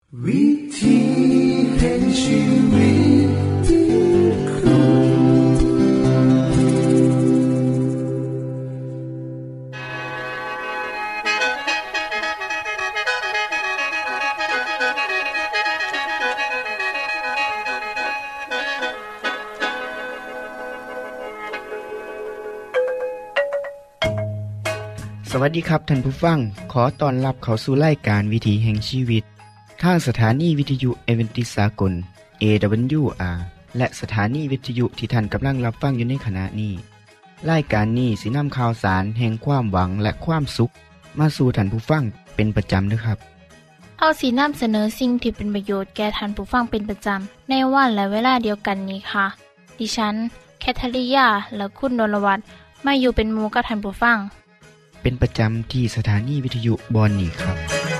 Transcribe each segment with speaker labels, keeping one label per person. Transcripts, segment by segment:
Speaker 1: วิธีแห่งชีวิตที่คุณ
Speaker 2: สวัสดีครับท่านผู้ฟังขอต้อนรับเข้าสู่รายการวิถีแห่งชีวิตทางสถานีวิทยุเอเวนติสากล AWR และสถานีวิทยุที่ท่านกำลังรับฟังอยู่ในขณะนี้รายการนี้สินำข่าวสารแห่งความหวังและความสุขมาสู่ท่านผู้ฟังเป็นประจำด้วยครับ
Speaker 3: เอาสีนำเสนอสิ่งที่เป็นประโยชน์แก่ท่านผู้ฟังเป็นประจำในวันและเวลาเดียวกันนี้ค่ะดิฉันแคทริยาและคุณดลวัฒน์มาอยู่เป็นหมู่กับท่านผู้ฟัง
Speaker 2: เป็นประจำที่สถานีวิทยุบอนนี่ครับ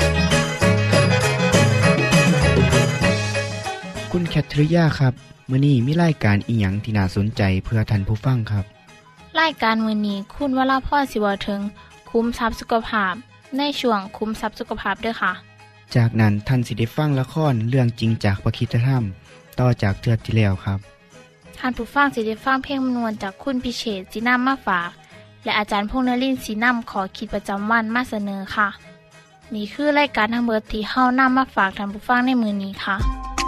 Speaker 2: คุณแคทริยาครับมื้อนี้มีรายการอีหยังที่น่าสนใจเพื่อท่านผู้ฟังครับ
Speaker 3: รายการมื้อนี้คุณวราพรสิเว้าถึงคุ้มทรัพย์สุขภาพในช่วงคุ้มทรัพย์สุขภาพด้วยค่ะ
Speaker 2: จากนั้นท่านสิได้ฟังละครเรื่องจริงจากพระคริสตธรรมต่อจากเทื่อที่แล้วครับ
Speaker 3: ท่านผู้ฟังสิได้ฟังเพลงมนวนจากคุณพิเชษฐ์สินำมาฝากและอาจารย์พงษ์นฤมลศรีนำขอคิดประจำวันมาเสนอค่ะนี่คือรายการทั้งหมดที่เฮานำมาฝากท่านผู้ฟังในมื้อนี้ค่ะ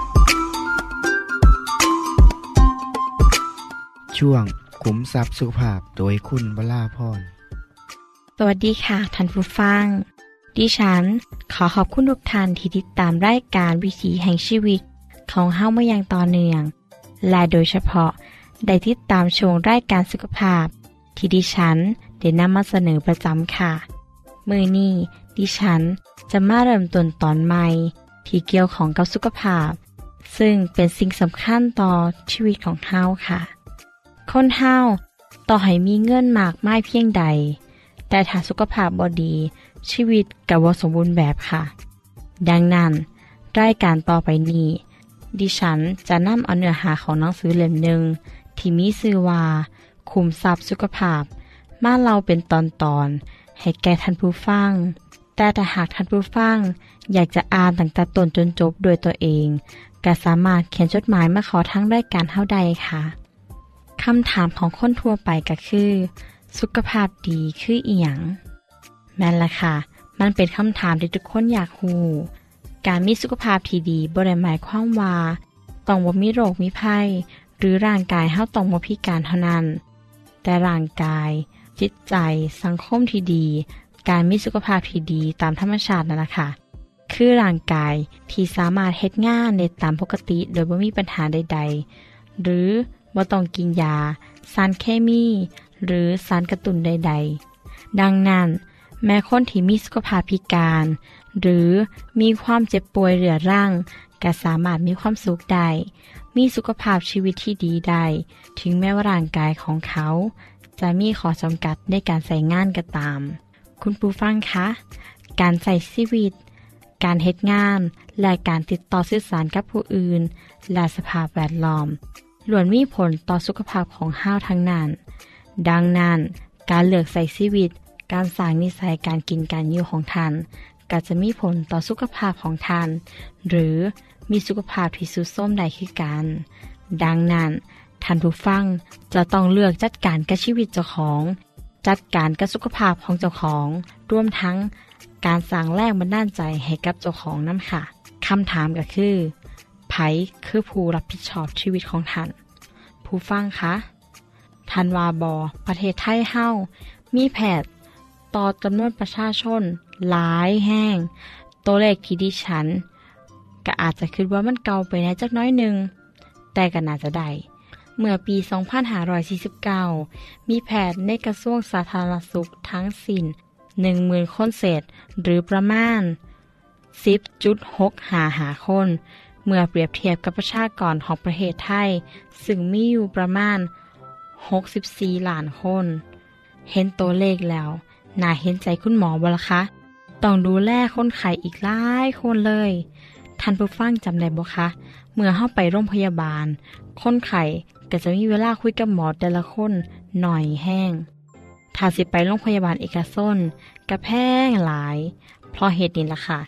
Speaker 2: ช่วงขุมทรัพย์สุขภาพโดยคุณวราพร
Speaker 4: สวัสดีค่ะท่านผู้ฟังดิฉันขอขอบคุณทุกท่านที่ติดตามรายการวิถีแห่งชีวิตของเฮามาอย่างต่อเนื่องและโดยเฉพาะได้ติดตามชมรายการสุขภาพที่ดิฉันได้นำมาเสนอประจำค่ะมื้อนี้ดิฉันจะมาเริ่มต้นตอนใหม่ที่เกี่ยวของกับสุขภาพซึ่งเป็นสิ่งสำคัญต่อชีวิตของเฮาค่ะคนเฮาต่อให้มีเงินมากมายเพียงใดแต่ถ้าสุขภาพบ่ดีชีวิตก็บ่สมบูรณ์แบบค่ะดังนั้นรายการต่อไปนี้ดิฉันจะนำเอาเนื้อหาของหนังสือเล่มหนึ่งที่มีชื่อว่าคุ้มทรัพย์สุขภาพมาเล่าเป็นตอนๆให้แก่ท่านผู้ฟังแต่ถ้าหากท่านผู้ฟังอยากจะอ่านตั้งแต่ต้นจนจบโดยตัวเองก็สามารถเขียนจดหมายมาขอทางรายการเฮาได้ค่ะคำถามของคนทั่วไปก็คือสุขภาพดีคืออิหยังแม่นล่ะค่ะมันเป็นคำถามที่ทุกคนอยากรู้การมีสุขภาพที่ดีบ่ได้หมายความว่าต้องบ่มีโรคมีภัยหรือร่างกายเฮาต้องบ่พิการเท่านั้นแต่ร่างกายจิตใจสังคมที่ดีการมีสุขภาพที่ดีตามธรรมชาตินั่นแหละค่ะคือร่างกายที่สามารถเฮ็ดงานได้ตามปกติโดยบ่มีปัญหาใดๆหรือบ่ต้องกินยาสารเคมีหรือสารกระตุ้นใดๆดังนั้นแม้คนที่มีสุขภาพพิการหรือมีความเจ็บป่วยเรื้อรังก็สามารถมีความสุขได้มีสุขภาพชีวิตที่ดีได้ถึงแม้ว่าร่างกายของเขาจะมีข้อจำกัดในการใช้งานก็ตามคุณผู้ฟังคะการใช้ชีวิตการเฮ็ดงานและการติดต่อสื่อสารกับผู้อื่นและสภาพแวดล้อมล้วนมีผลต่อสุขภาพของเฮาทั้งนั้นดังนั้นการเลือกใช้ชีวิตการสร้างนิสัยการกินการอยู่ของท่านก็จะมีผลต่อสุขภาพของท่านหรือมีสุขภาพที่ทรุดโทรมได้คือกันดังนั้นท่านผู้ฟังจะต้องเลือกจัดการกับชีวิตเจ้าของจัดการกับสุขภาพของเจ้าของรวมทั้งการสร้างแรงบันดาลใจให้กับเจ้าของนำค่ะคำถามก็คือไผคือผู้รับผิดชอบชีวิตของท่านผู้ฟังคะท่านว่าบ่ประเทศไทยเฮามีแพทย์ต่อจำนวนประชาชนหลายแห่งตัวเลขที่ดิฉันก็อาจจะคิดว่ามันเก่าไปในจักน้อยหนึ่งแต่ก็น่าจะได้เมื่อปี 2549 มีแพทย์ในกระทรวงสาธารณสุขทั้งสิ้น 10,000 คนเศษหรือประมาณ 10.655 คนเมื่อเปรียบเทียบกับประชากรของประเทศไทยซึ่งมีอยู่ประมาณ 64 ล้านคนเห็นตัวเลขแล้วน่าเห็นใจคุณหมอบ่ล่ะคะต้องดูแลคนไข้อีกหลายคนเลยท่านผู้ฟังจำได้บ่คะเมื่อเฮาไปโรงพยาบาลคนไข้ก็จะมีเวลาคุยกับหมอแต่ละคนหน่อยแห้งถ้าสิไปโรงพยาบาลเอกชนก็แพงหลายเพราะเหตุนี้ล่ะค่ะ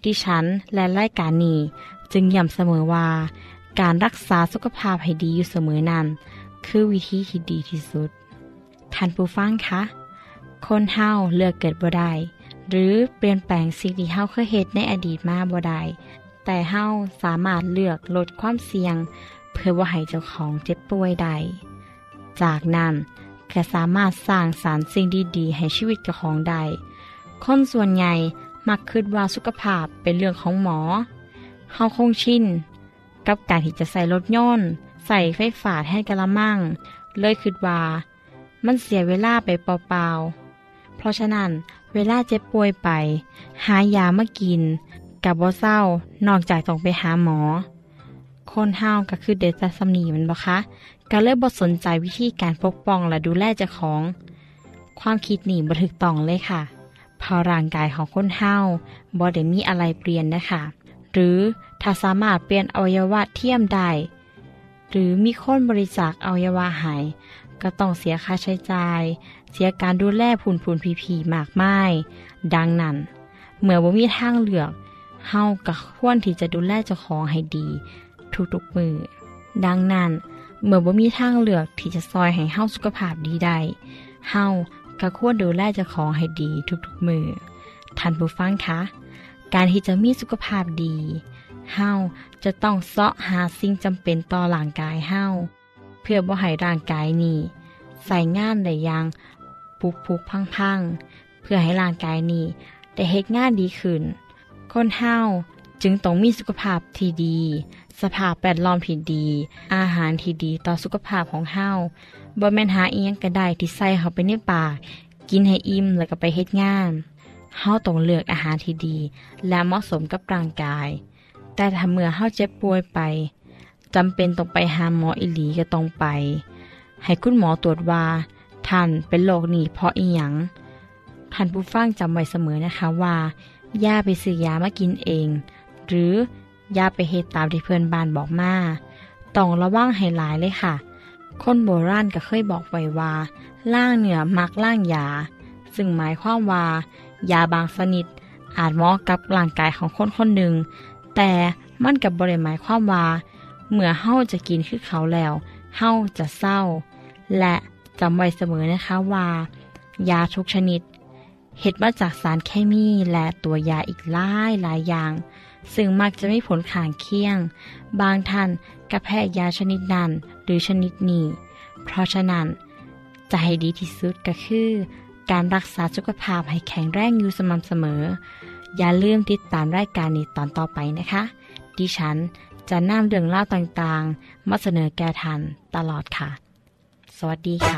Speaker 4: ดิฉันและรายการนี้จึงย้ำเสมอว่าการรักษาสุขภาพให้ดีอยู่เสมอนั้นคือวิธีที่ดีที่สุดท่านผู้ฟังคะคนเฮาเลือกเกิดบ่ได้หรือเปลี่ยนแปลงสิ่งที่เฮาเคยเฮ็ดในอดีตมาบ่ได้แต่เฮาสามารถเลือกลดความเสี่ยงเพื่อบ่ให้เจ้าของเจ็บป่วยได้จากนั้นก็สามารถสร้างสรรค์สิ่งดีๆให้ชีวิตเจ้าของได้คนส่วนใหญ่มักคิดว่าสุขภาพเป็นเรื่องของหมอเฮาคงชินกับการที่จะใส่รถยนต์ใส่ไฟฟ้าแทนกะละมังเลยคิดว่ามันเสียเวลาไปเปล่าๆเพราะฉะนั้นเวลาเจ็บป่วยไปหายามากินกับบ่เศร้านอกจากต้องไปหาหมอคนเฮาก็คือเด็ดแต่สำนีมันบ่คะก็เลยบ่สนใจวิธีการปกป้องและดูแลเจ้าของความคิดนี่บ่ถูกต้องเลยค่ะเพราะร่างกายของคนเฮาบ่ได้มีอะไรเปลี่ยนนะคะหรือถ้าสามารถเปลี่ยนอวัยวะเทียมได้หรือมีคนบริจาคอวัยวะให้ก็ต้องเสียค่าใช้จ่ายเสียการดูแลผุนผีๆมากมายดังนั้นเมื่อบ่มีทางเลือกเฮาก็ควรที่จะดูแลเจ้าของให้ดีทุกๆมื้อดังนั้นเมื่อบ่มีทางเลือกที่จะซอยให้เฮาสุขภาพดีได้เฮาก็ควรดูแลเจ้าของให้ดีทุกๆมื้อท่านผู้ฟังคะการที่จะมีสุขภาพดีเฮาจะต้องเสาะหาสิ่งจำเป็นต่อร่างกายเฮาเพื่อบ่ให้ร่างกายนี้ใส่งานได้อย่างปุกๆพังๆเพื่อให้ร่างกายนี้ได้เฮ็ดงานดีขึ้นคนเฮาจึงต้องมีสุขภาพที่ดีสภาพแวดล้อมที่ดีอาหารที่ดีต่อสุขภาพของเฮาบ่แม่นหาอีหยังก็ได้ที่ใส่เข้าไปในปากกินให้อิ่มแล้วก็ไปเฮ็ดงานเฮาต้องเลือกอาหารที่ดีและเหมาะสมกับร่างกายแต่ถ้าเมื่อเฮาเจ็บป่วยไปจำเป็นต้องไปหาหมออีหลีก็ต้องไปให้คุณหมอตรวจว่าท่านเป็นโรคนี้เพราะอีหยังท่านผู้ฟังจำไว้เสมอนะคะว่าอย่าไปซื้อยามากินเองหรืออย่าไปเฮ็ดตามที่เพื่อนบ้านบอกมาต้องระวังให้หลายเลยค่ะคนโบราณก็เคยบอกไว้ว่าล่างเหนือมักล่างยาซึ่งหมายความว่ายาบางชนิดอาจเหมาะกับร่างกายของคนคนหนึ่งแต่มันก็บ่ได้หมายความว่าเมื่อเฮาจะกินคือเขาแล้วเฮาจะเศร้าและจำไว้เสมอนะคะว่ายาทุกชนิดเฮ็ดมาจากสารเคมีและตัวยาอีกหลายอย่างซึ่งมักจะไม่ผลข้างเคียงบางท่านก็แพ้ยาชนิดนั้นหรือชนิดนี้เพราะฉะนั้นจะให้ดีที่สุดก็คือการรักษาสุขภาพให้แข็งแรงอยู่สม่ำเสมออย่าลืมติดตามรายการนี้ตอนต่อไปนะคะดิฉันจะนำเรื่องเล่าต่างๆมาเสนอแก่ท่านตลอดค่ะสวัสดีค่ะ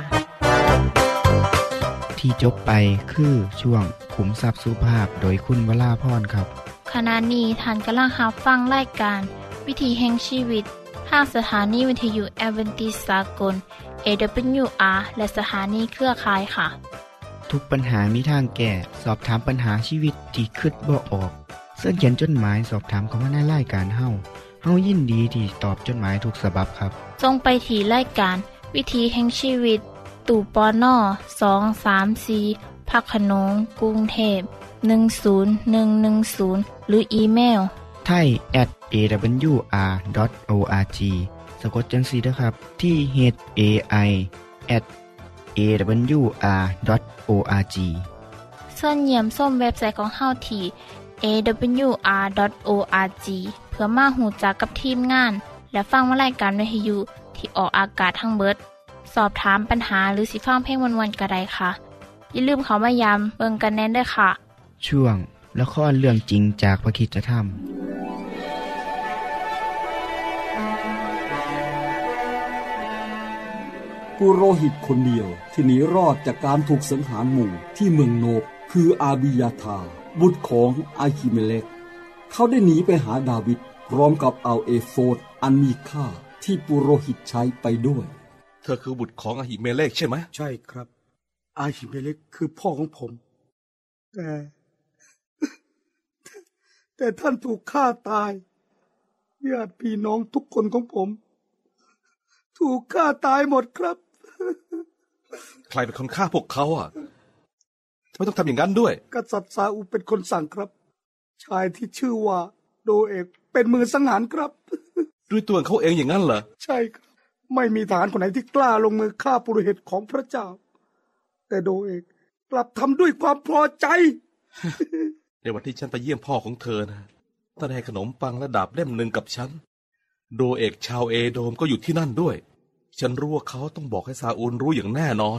Speaker 2: ที่จบไปคือช่วงขุมทรัพย์สุภาพโดยคุณวราพรครับ
Speaker 3: ขณะนี้ท่านกำลังรับฟังรายการวิถีแห่งชีวิตทางสถานีวิทยุแอดเวนทิสต์สากล AWR และสถานีเครือข่ายค่ะ
Speaker 2: ทุกปัญหามีทางแก้สอบถามปัญหาชีวิตที่คิดบ่ออกเสื้อเขียนจดหมายสอบถามเข้ามาในรายการเฮายินดีที่ตอบจดหมายทุกฉบับครับ
Speaker 3: ทรงไปที่รายการวิถีแห่งชีวิตตู่ปน234 พักขนงกรุงเทพ10110หรืออีเมล
Speaker 2: thai@awr.org สะกดจังซี่นะครับที่ hai@awr.org
Speaker 3: ส่วนเยี่ยมส้มเว็บไซต์ของเฮาที่ awr.org เพื่อมาหูจักกับทีมงานและฟังวารายการวิทยุที่ออกอากาศทั้งเบิดสอบถามปัญหาหรือสิฟังเพลงวนๆก็ได้ค่ะอย่าลืมเข้ามาย้ำเบิ่งกันแน่นด้วยค่ะ
Speaker 2: ช่วงละครเรื่องจริงจากพระคริสตธรรม
Speaker 5: ปุโรหิตคนเดียวที่หนีรอดจากการถูกสังหารหมู่ที่เมืองโนบคืออาบิยาธาบุตรของอาคิเมเลกเขาได้หนีไปหาดาวิดพร้อมกับเอาเอโฟดอันมีค่าที่ปุโรหิตใช้ไปด้วย
Speaker 6: เธอคือบุตรของอาหิเมเลกใช่ไหม
Speaker 7: ใช่ครับอาหิเมเลกคือพ่อของผมแต่ท่านถูกฆ่าตายญาติพี่น้องทุกคนของผมถูกฆ่าตายหมดครับ
Speaker 6: ใครเป็นคนฆ่าพวกเขาอ่ะไม่ต้องทำอย่างนั้นด้วย
Speaker 7: กษัตริย์ซาอูลเป็นคนสั่งครับชายที่ชื่อว่าโดเอกเป็นมือสังหารครับ
Speaker 6: ด้วยตัวเขาเองอย่างนั้นเหรอ
Speaker 7: ใช่ครับไม่มีทหารคนไหนที่กล้าลงมือฆ่าปุโรหิตของพระเจ้าแต่โดเอกกลับทำด้วยความพอใจ
Speaker 6: ในวันที่ฉันไปเยี่ยมพ่อของเธอนะท่านให้ขนมปังและดาบเล่มหนึ่งกับฉันโดเอกชาวเอโดมก็อยู่ที่นั่นด้วยฉันรู้ว่าเขาต้องบอกให้ซาอูลรู้อย่างแน่นอน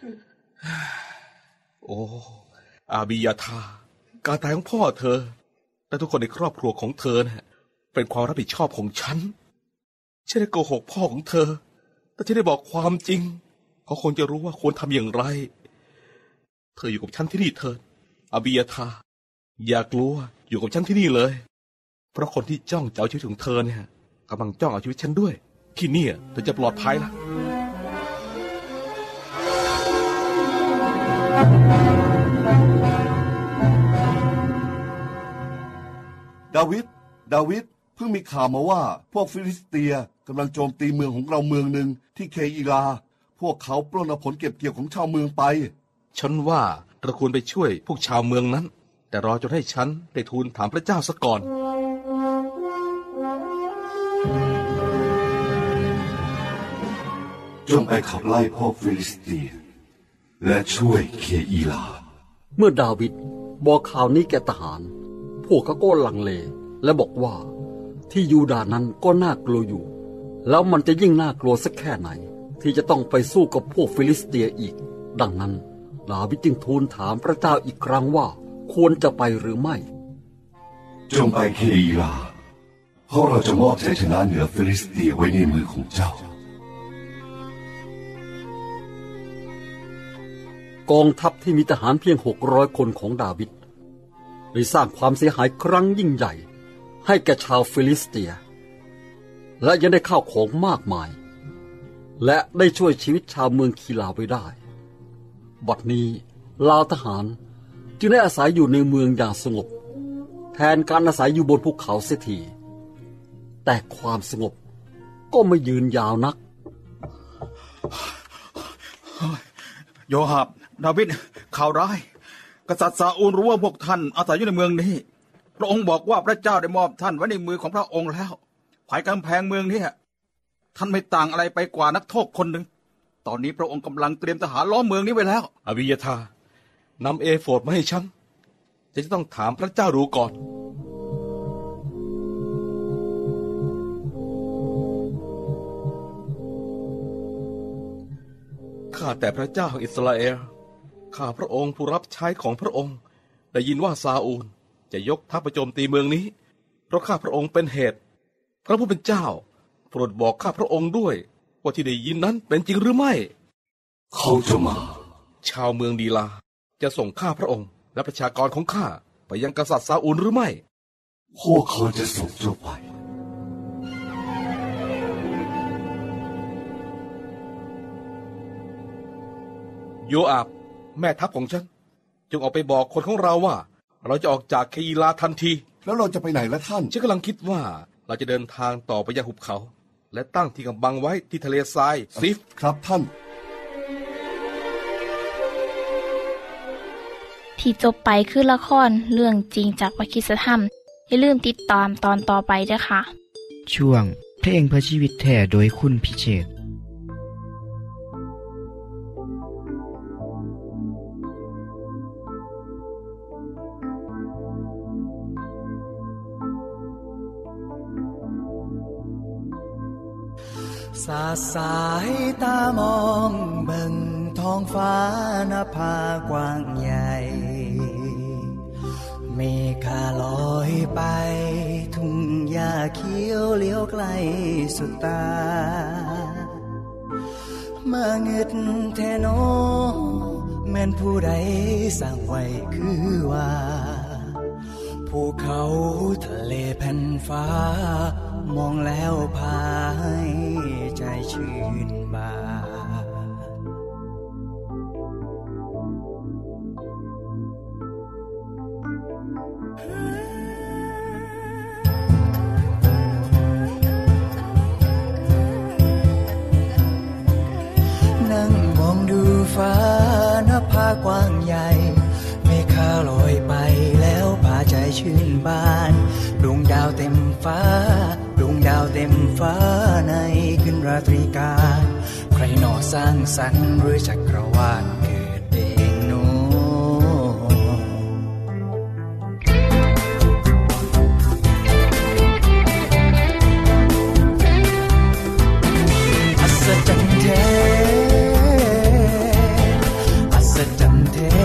Speaker 6: โอ้อาบิยาธาการตายของพ่อเธอและทุกคนในครอบครัวของเธอนะเป็นความรับผิดชอบของฉันได้โกหกพ่อของเธอแต่ฉันได้บอกความจริงเขาคงจะรู้ว่าควรทำอย่างไรเธออยู่กับฉันที่นี่เถิดอาบิยาธาอย่ากลัวอยู่กับฉันที่นี่เลยเพราะคนที่จ้องจะเอาชีวิตของเธอเนี่ยกำลังจ้องเอาชีวิตฉันด้วยที่นี่เธอจะปลอดภัยละ
Speaker 8: ดาวิดเพิ่งมีข่าวมาว่าพวกฟิลิสเตียกำลังโจมตีเมืองของเราเมืองหนึ่งที่เคอีลาพวกเขาปล้นเอาผลเก็บเกี่ยวของชาวเมืองไป
Speaker 6: ฉันว่าเราควรไปช่วยพวกชาวเมืองนั้นแต่รอจนให้ฉันได้ทูลถามพระเจ้าซะก่อน
Speaker 8: จงไปขับไล่พวกฟิลิสเตียและช่วยเคอีลา
Speaker 5: เมื่อดาวิดบอกข่าวนี้แก่ทหารพวกเขาก็ลังเลและบอกว่าที่ยูดาห์นั้นก็น่ากลัวอยู่แล้วมันจะยิ่งน่ากลัวสักแค่ไหนที่จะต้องไปสู้กับพวกฟิลิสเตียอีกดังนั้นดาวิดจึงทูลถามพระเจ้าอีกครั้งว่าควรจะไปหรือไม่
Speaker 8: จงไปเคอีลาเพราะเราจะมอบชัยชนะเหนือฟิลิสเตียไว้ในมือของเจ้าก
Speaker 5: องทัพที่มีทหารเพียง600 คนของดาวิดได้สร้างความเสียหายครั้งยิ่งใหญ่ให้แก่ชาวฟิลิสเตียและยังได้ข้าวของมากมายและได้ช่วยชีวิตชาวเมืองคีลาไว้ได้บัดนี้เหล่าทหารจึงได้อาศัยอยู่ในเมืองอย่างสงบแทนการอาศัยอยู่บนภูเขาเสียทีแต่ความสงบก็ไม่ยืนยาวนัก
Speaker 9: โยอาบดาวิดข่าวร้ายกษัตริย์ซาอูลรู้ว่าพวกท่านอาศัยอยู่ในเมืองนี้พระองค์บอกว่าพระเจ้าได้มอบท่านไว้ในมือของพระองค์แล้วภายกำแพงเมืองนี้ท่านไม่ต่างอะไรไปกว่านักโทษคนหนึ่งตอนนี้พระองค์กำลังเตรียมทหารล้อมเมืองนี้ไว้แล้ว
Speaker 6: อบิยาธานำเอโฟดมาให้ฉันจะต้องถามพระเจ้าดูก่อนข้าแต่พระเจ้าแห่งอิสราเอลข้าพระองค์ผู้รับใช้ของพระองค์ได้ยินว่าซาอูลจะยกทัพไปโจมตีเมืองนี้เพราะข้าพระองค์เป็นเหตุพระผู้เป็นเจ้าโปรดบอกข้าพระองค์ด้วยว่าที่ได้ยินนั้นเป็นจริงหรือไม่
Speaker 8: เขาจะมา
Speaker 6: ชาวเมืองดีลาจะส่งข้าพระองค์และประชากรของข้าไปยังกษัตริย์ซาอูลหรือไม่
Speaker 8: พวกเขาจะส่งเจ้าไป
Speaker 6: โยอาบแม่ทัพของฉันจงออกไปบอกคนของเราว่าเราจะออกจากเคอีลาทันที
Speaker 8: แล้วเราจะไปไหนล่ะท่าน
Speaker 6: ฉันกำลังคิดว่าเราจะเดินทางต่อไปยังหุบเขาและตั้งที่กำบังไว้ที่ทะเลทรายซิฟ
Speaker 8: ครับท่าน
Speaker 3: ที่จบไปคือละครเรื่องจริงจากวิคิสธรรมอย่าลืมติดตามตอนต่อไปด้วยค่ะ
Speaker 2: ช่วงเพลงเพื่อชีวิตแท้โดยคุณพิเชษฐ์
Speaker 1: สาดสายตามองเบิ่งท้องฟ้านภากว้างใหญ่เมฆลอยไปทุ่งหญ้าเขียวเลี้ยวไกลสุดตามาเงึดแท้น้อแม่นผู้ใดสร้างไว้คือว่าภูเขาทะเลแผ่นฟ้ามองแล้วพาให้ใจชื่นบานนั่งมองดูฟ้านภากว้างใหญ่เมฆลอยไปแล้วพาใจชื่นบาฟ้าในคืนราตรีการใครหนอสร้างสรรค์หรือจักรวาลเกิดเองโนอัศจรรย์แท้อัศจรรย์แท้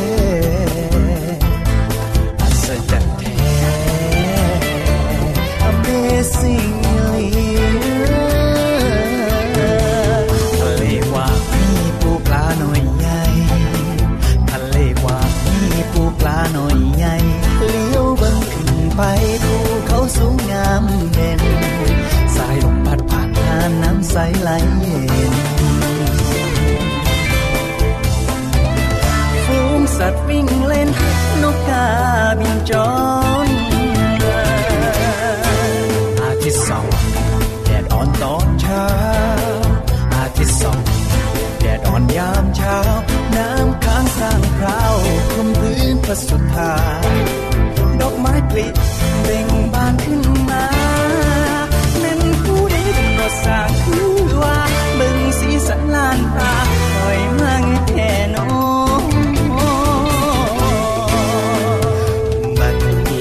Speaker 1: อัศจรรย์แท้ Amazingทะเลกว้างมีปูปลาหน่อยใหญ่ทะเลกว้างมีปูปลาหน่อยใหญ่เลี้ยวเบิ่งขึ้นไปภูเขาสูงงามเด่นสายลมพัดผ่านหาน้ำใสไหลเย็นฝูงสัตว์วิ่งเล่นนกกาบินจรอาทิตย์ส่องแดดอ่อนตอนเช้าอาทิตย์ส่องแดดอ่อนยามเช้าน้ำค้างสร้างพราวคลุมพื้นพระสุธาดอกไม้ปลิเบ่งบานขึ้นมาแม่นผู้ใดกำหนดสร้างคือว่าเบิ่งสีสันล้านตาคอยมาเงยแท่น้องบัดนี้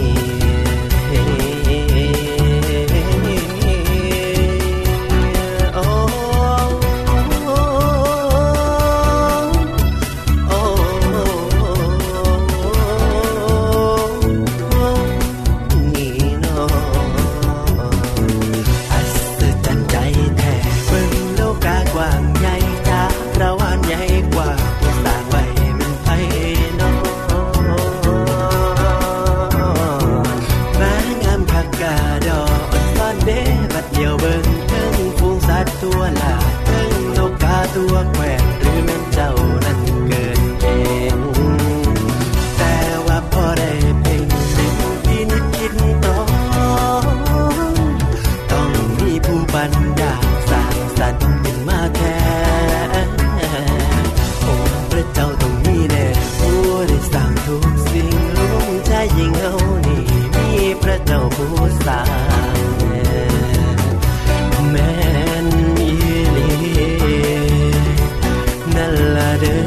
Speaker 1: ตัวลาเพิ่งนกกาตัวแขวนหรือแม่นเจ้านั้นเกิดเองแต่ว่าพอได้เพ่งสิ่งที่นิดคิดต้องมีผู้บันดาลสร้างสรรค์ขึ้นมาแท้องค์พระเจ้าต้องมีแน่ผู้ได้สร้างทุกสิ่งลุงใจยิ่งเฮานี่มีพระเจ้าผู้สร้างแม่นั่นละเด้อ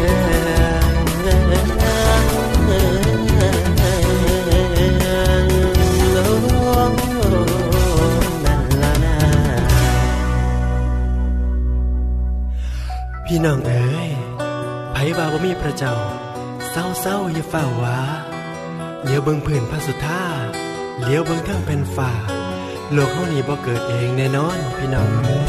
Speaker 1: พี่น้องเอ๋ยไผว่าบ่มีพระเจ้าเศร้าๆอย่าเฝ้าว่าเลี้ยวเบิ่งพื้นพระสุธาเลี้ยวเบิ่งทางแผ่นฟ้าโลกเฮานี้บ่เกิดเองแน่นอนพี่น้องเมื่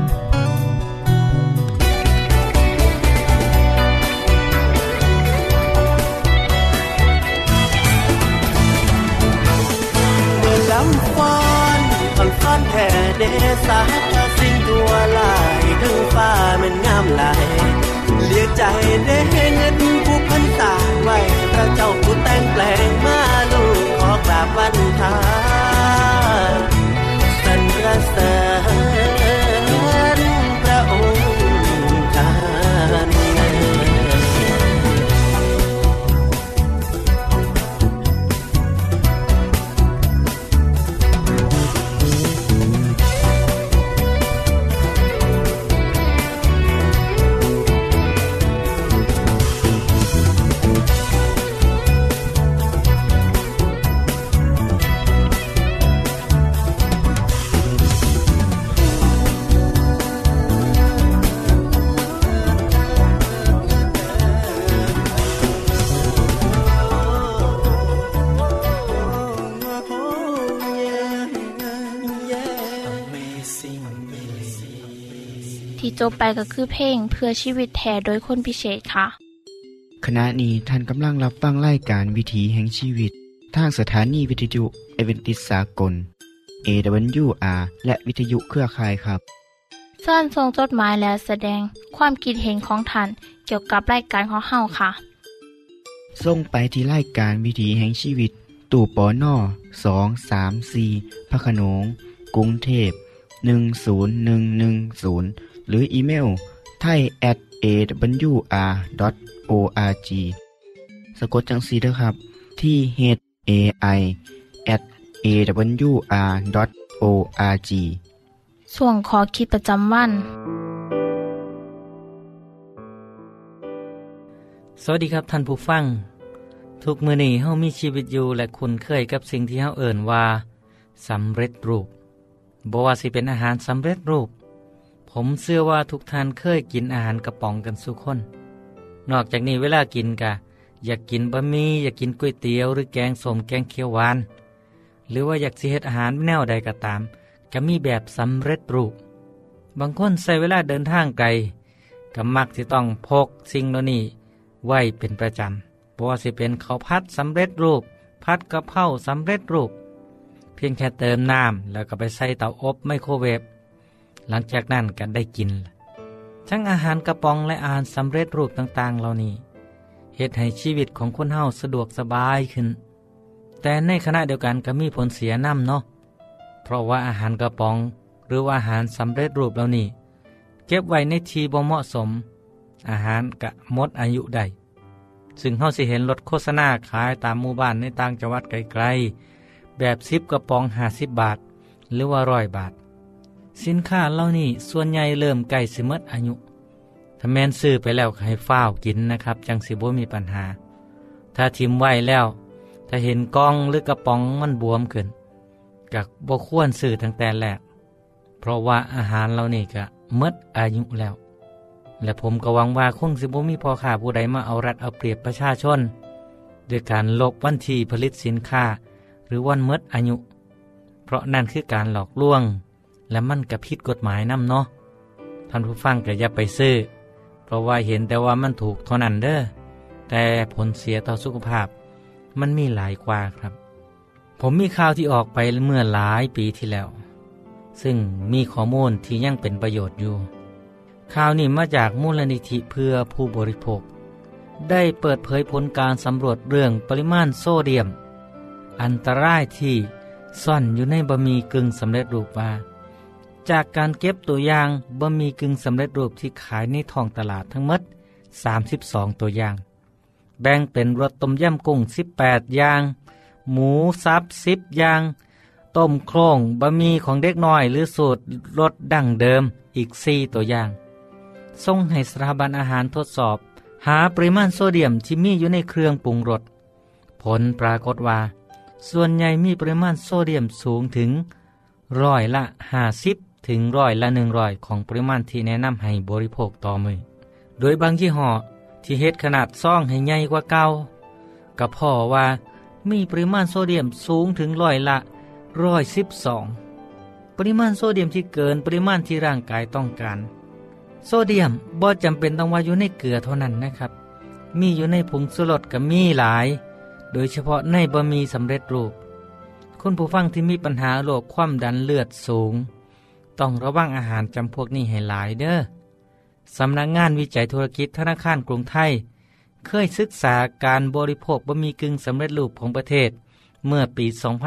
Speaker 1: อลำฟ้อนอ่อนฟ้อนแท้เดสาสิ่งตัวลายถึงฟ้ามันงามหลายเลียกใจเด้เงินผู้พันตาไว้พระเจ้าผู้แต่งแปลงมาลูกขอกราบวันทาสรรเสริญพระองค์ท่าน
Speaker 3: ที่จบไปก็คือเพลงเพื่อชีวิตแท้โดยคนพิเศษค่ะ
Speaker 2: ขณะนี้ท่านกำลังรับฟังรายการวิถีแห่งชีวิตทางสถานีวิทยุเอเวนติสากล AWR และวิทยุเครือข่ายครับ
Speaker 3: เชิญส่งจดหมายและแสดงความคิดเห็นของท่านเกี่ยวกับรายการของเฮาค่ะ
Speaker 2: ส่งไปที่รายการวิถีแห่งชีวิตตู้ปน234พระโขนงกรุงเทพ10110หรืออีเมล thai@awr.org สะกดจังซี่เด้อครับที่ thai@awr.org
Speaker 3: ส่วนขอคิดประจำวัน
Speaker 10: สวัสดีครับท่านผู้ฟังทุกมื้อนี้เฮามีชีวิตอยู่และคุ้นเคยกับสิ่งที่เฮาเอิ้นว่าสำเร็จรูปบ่ว่าสิเป็นอาหารสำเร็จรูปผมเชื่อว่าทุกท่านเคยกินอาหารกระป๋องกันทุกคนนอกจากนี้เวลากินก็อยากกินบะหมี่อยากกินก๋วยเตี๋ยวหรือแกงส้มแกงเขียวหวานหรือว่าอยากสิเฮ็ดอาหารแนวใดก็ตามก็มีแบบสำเร็จรูปบางคนใช้เวลาเดินทางไกลก็มักสิต้องพกสิ่งเหล่านี้ไว้เป็นประจำบ่ว่าสิเป็นข้าวผัดสำเร็จรูปผัดกะเพราสำเร็จรูปเพียงแค่เติมน้ำแล้วก็ไปใส่เตาอบไมโครเวฟหลังจากนั้นก็ได้กินทั้งอาหารกระป๋องและอาหารสำเร็จรูปต่างๆเหล่านี้เฮ็ดให้ชีวิตของคนเฮาสะดวกสบายขึ้นแต่ในขณะเดียวกันก็มีผลเสียนำเนาะเพราะว่าอาหารกระป๋องหรือว่าอาหารสำเร็จรูปเหล่านี้เก็บไว้ในที่บ่เหมาะสมอาหารก็หมดอายุได้ซึ่งเฮาสิเห็นรถโฆษณาขายตามหมู่บ้านในต่างจังหวัดไกลๆแบบ10กระป๋อง50บาทหรือว่า100บาทสินค้าเหล่านี้ส่วนใหญ่เริ่มใกล้สิหมดอายุถ้าแม่นซื้อไปแล้วก็ให้ฟ้าวกินนะครับจังสิบ่มีปัญหาถ้าทิ้งไว้แล้วถ้าเห็นกล่องหรือกระป๋องมันบวมขึ้นก็บ่ควรซื้อตั้งแต่แรกเพราะว่าอาหารเหล่านี้ก็หมดอายุแล้วและผมก็หวังว่าคงสิบ่มีพ่อค้าผู้ใดมาเอารัดเอาเปรียบประชาชนด้วยการลบวันที่ผลิตสินค้าหรือวันหมดอายุเพราะนั่นคือการหลอกลวงและมันก็ผิดกฎหมายนำเนาะท่านผู้ฟังก็อย่าไปซื้อเพราะว่าเห็นแต่ว่ามันถูกเท่านั้นเด้อแต่ผลเสียต่อสุขภาพมันมีหลายกว่าครับผมมีข่าวที่ออกไปเมื่อหลายปีที่แล้วซึ่งมีข้อมูลที่ยังเป็นประโยชน์อยู่ข่าวนี้มาจากมูลนิธิเพื่อผู้บริโภคได้เปิดเผยผลการสำรวจเรื่องปริมาณโซเดียมอันตรายที่ซ่อนอยู่ในบะหมี่กึ่งสำเร็จรูปว่าจากการเก็บตัวอย่างบะหมี่กึ่งสำเร็จรูปที่ขายในท้องตลาดทั้งหมด32ตัวอย่างแบ่งเป็นรสต้มยำกุ้ง18อย่างหมูสับ10อย่างต้มโครงบะหมี่ของเด็กน้อยหรือสูตรรสดั้งเดิมอีก4ตัวอย่างส่งให้สถาบันอาหารทดสอบหาปริมาณโซเดียมที่มีอยู่ในเครื่องปรุงรสผลปรากฏว่าส่วนใหญ่มีปริมาณโซเดียมสูงถึง50%ถึง100%ของปริมาณที่แนะนำให้บริโภคต่อมื้อโดยบางยี่ห้อที่เฮ็ดขนาดซองให้ใหญ่กว่าเก่าก็พอว่ามีปริมาณโซเดียมสูงถึง112%ปริมาณโซเดียมที่เกินปริมาณที่ร่างกายต้องการโซเดียมบ่จำเป็นต้องว่าอยู่ในเกลือเท่านั้นนะครับมีอยู่ในผงชูรสก็มีหลายโดยเฉพาะในบะหมี่สำเร็จรูปคุณผู้ฟังที่มีปัญหาโรคความดันเลือดสูงต้องระวังอาหารจำพวกนี้ให้หลายเด้อสำนักงานวิจัยธุรกิจธนาคารกรุงไทยเคยศึกษาการบริโภคบะหมี่กึ่งสำเร็จรูปของประเทศเมื่อปี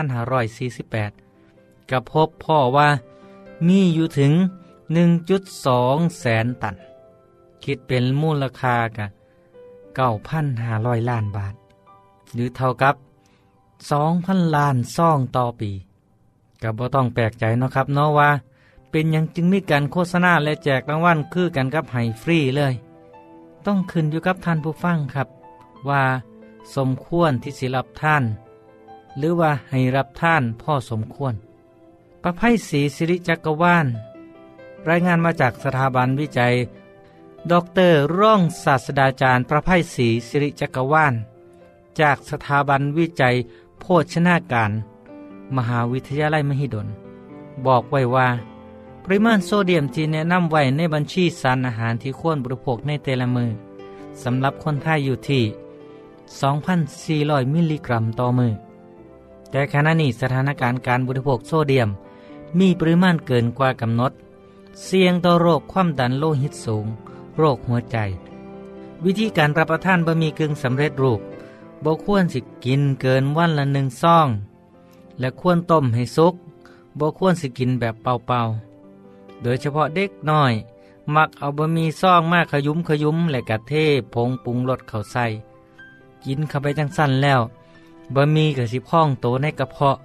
Speaker 10: 2548 ก็พบพ่อว่ามีอยู่ถึง 1.2 แสนตันคิดเป็นมูลค่ากะ 9,500 ล้านบาทหรือเท่ากับ 2,000 ล้านซองต่อปีก็บ่ต้องแปลกใจเนาะครับเนาะว่าเป็นหยังจึงมีการโฆษณาและแจกรางวัลคือกันกับให้ฟรีเลยต้องขึ้นอยู่กับท่านผู้ฟังครับว่าสมควรที่สิรับท่านหรือว่าให้รับท่านพ่อสมควรประไพศรีสิริจักรวาลรายงานมาจากสถาบันวิจัยดร.ร่องศาสตราจารย์ประไพศรีสิริจักรวาลจากสถาบันวิจัยโภชนาการมหาวิทยาลัยมหิดลบอกไว้ว่าปริมาณโซเดียมที่แนะนำไว้ในบัญชีสารอาหารที่ควรบริโภคในแต่ละมื้อสำหรับคนไทยอยู่ที่ 2,400 มิลลิกรัมต่อมื้อแต่ขณะนี้สถานการณ์การบริโภคโซเดียมมีปริมาณเกินกว่ากำหนดเสี่ยงต่อโรคความดันโลหิตสูงโรคหัวใจวิธีการรับประทานบะหมี่กึ่งสำเร็จรูปบ่ควรสิกินเกินวันละ1ซองและควรต้มให้สุกบ่ควรสิกินแบบเปล่าๆโดยเฉพาะเด็กน้อยมักเอาบะหมี่ซองมาขยุมและกะเทผงปรุงรสเข้าใส่กินเข้าไปจังสั้นแล้วบะหมี่ก็สิพองโตในกระเพาะ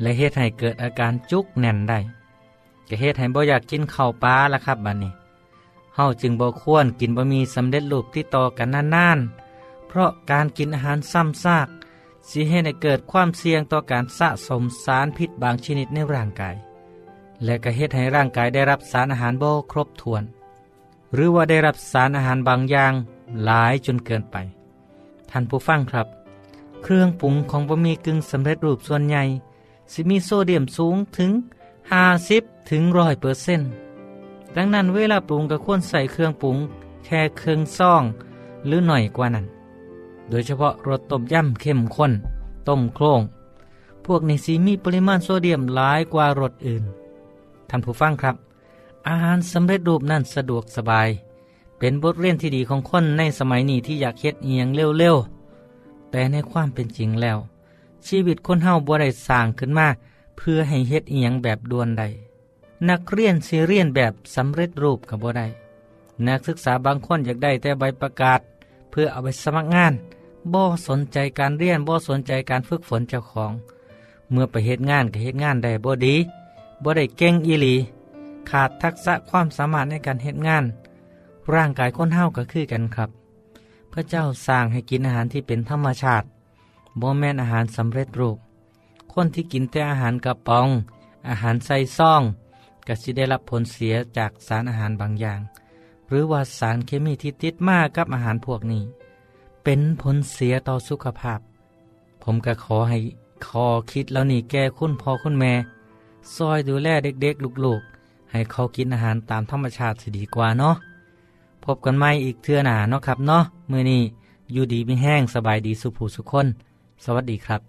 Speaker 10: และเฮ็ดให้เกิดอาการจุกแน่นได้ก็เฮ็ดให้บ่อยากกินข้าวปลาล่ะครับบัดนี้เฮาจึงบ่ควรกินบะหมี่สำเร็จรูปติดต่อกันนานๆเพราะการกินอาหารซ้ำซากสิเฮ็ดให้เกิดความเสี่ยงต่อการสะสมสารพิษบางชนิดในร่างกายและก็เฮ็ดให้ร่างกายได้รับสารอาหารบ่ครบถ้วนหรือว่าได้รับสารอาหารบางอย่างหลายจนเกินไปท่านผู้ฟังครับเครื่องปรุงของบะหมี่กึ่งสำเร็จรูปส่วนใหญ่สิมีโซเดียมสูงถึง50 ถึง 100%ดังนั้นเวลาปรุงก็ควรใส่เครื่องปรุงแค่ครึ่งซองหรือหน่อยกว่านั้นโดยเฉพาะรสต้มยำเข้มข้นต้มโครงพวกนี้สิมีปริมาณโซเดียมหลายกว่ารสอื่นท่านผู้ฟังครับอาหารสำเร็จรูปนั้นสะดวกสบายเป็นบทเรียนที่ดีของคนในสมัยนี้ที่อยากเฮ็ดเอียงเร็วๆแต่ในความเป็นจริงแล้วชีวิตคนเฮาบ่ได้สร้างขึ้นมาเพื่อให้เฮ็ดเอียงแบบด่วนใดนักเรียนสิเรียนแบบสำเร็จรูปก็บ่ได้นักศึกษาบางคนอยากได้แต่ใบประกาศเพื่อเอาไปสมัครงานบ่สนใจการเรียนบ่สนใจการฝึกฝนเจ้าของเมื่อไปเฮ็ดงานก็เฮ็ดงานได้บ่ดีบ่ได้เก่งอีหลีขาดทักษะความสามารถในการเฮ็ดงานร่างกายคนเฮาก็คือกันครับพระเจ้าสร้างให้กินอาหารที่เป็นธรรมชาติบ่แม่นอาหารสำเร็จรูปคนที่กินแต่อาหารกระป๋องอาหารใส่ซองก็สิได้รับผลเสียจากสารอาหารบางอย่างหรือว่าสารเคมีที่ติดมากับอาหารพวกนี้เป็นผลเสียต่อสุขภาพผมก็ขอให้ข้อคิดแล้วนี่แก่คุณพ่อคุณแม่ซอยดูแลเด็กๆลูกๆให้เขากินอาหารตามธรรมชาติสิดีกว่าเนาะพบกันใหม่อีกเทื่อหน้าเนาะครับเนาะมื้อนี้อยู่ดีมีแห้งสบายดีสุขผู้สุขคนสวัสดีครับ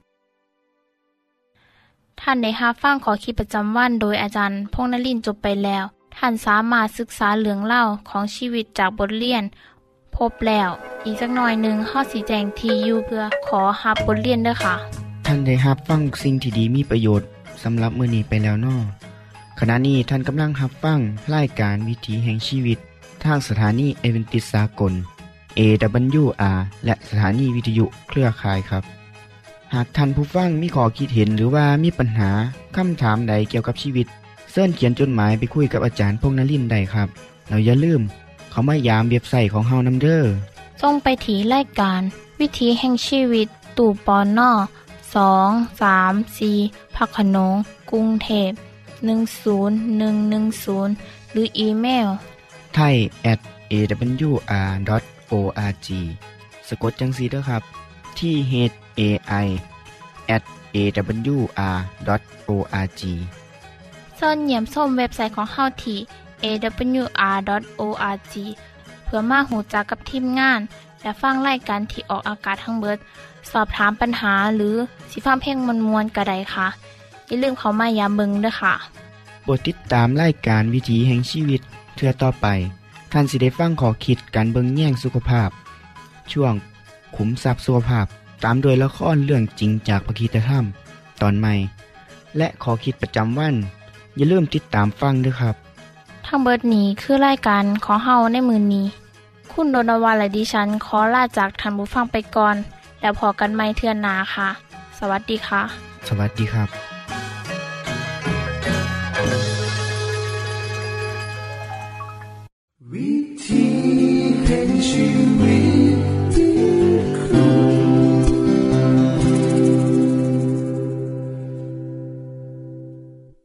Speaker 3: ท่านได้รับฟังขอคิดประจำวันโดยอาจารย์พงษ์นฤมย์จบไปแล้วท่านสามารถศึกษาเรื่องเล่าของชีวิตจากบทเรียนพบแล้วอีกสักหน่อยหนึ่งข้อสีแจงทีอยู่เพื่อขอรับบทเรียนด้วยค่ะ
Speaker 2: ท่านได้รับฟังสิ่งที่ดีมีประโยชน์สำหรับมื้อนี้ไปแล้วน้อขณะนี้ท่านกำลังรับฟังรายการวิถีแห่งชีวิตทางสถานีเอเวนติสากล AWR และสถานีวิทยุเครือข่ายครับหากท่านผู้ฟังมีข้อคิดเห็นหรือว่ามีปัญหาคำถามใดเกี่ยวกับชีวิตเชิญเขียนจดหมายไปคุยกับอาจารย์พงษ์นฤมย์ได้ครับแล้วอย่าลืมเขามายามเว็บไซต์ของเฮานำเด้อ
Speaker 3: ส่งไปที่รายการวิถีแห่งชีวิตตู่ปน234พักขนงกรุงเทพ10110หรืออีเมล
Speaker 2: thai@awr.org สะกดจังซี่เด้อครับที่ thai@awr.org
Speaker 3: เชิญเยี่ยมชมเว็บไซต์ของเฮาที่ awr.org เพื่อมาหูจักกับทีมงานและฟังรายการที่ออกอากาศทั้งเบิดสอบถามปัญหาหรือสิฟังเพลงมวลๆก็ได้ค่ะอย่าลืมเข้ามายามเบิ่งด้วยค่ะ
Speaker 2: โปรดติดตามรายการวิถีแห่งชีวิตเทื่อต่อไปท่านสิได้ฟังข้อคิดการเบิ่งแย่งสุขภาพช่วงขุมทรัพย์สุขภาพตามโดยละครเรื่องจริงจากพระคริสตธรรมตอนใหม่และข้อคิดประจำวันอย่าลืมติดตามฟังด้วยครับ
Speaker 3: ทั้งเบิดนี้คือรายการของเฮาในมื้อนี้คุณโดนวาและดิฉันขอลาจากท่านผู้ฟังไปก่อนแล้วพอกันใหม่เทื่อหน้าค่ะสวัสดีค่ะ
Speaker 2: สวัสดีครับ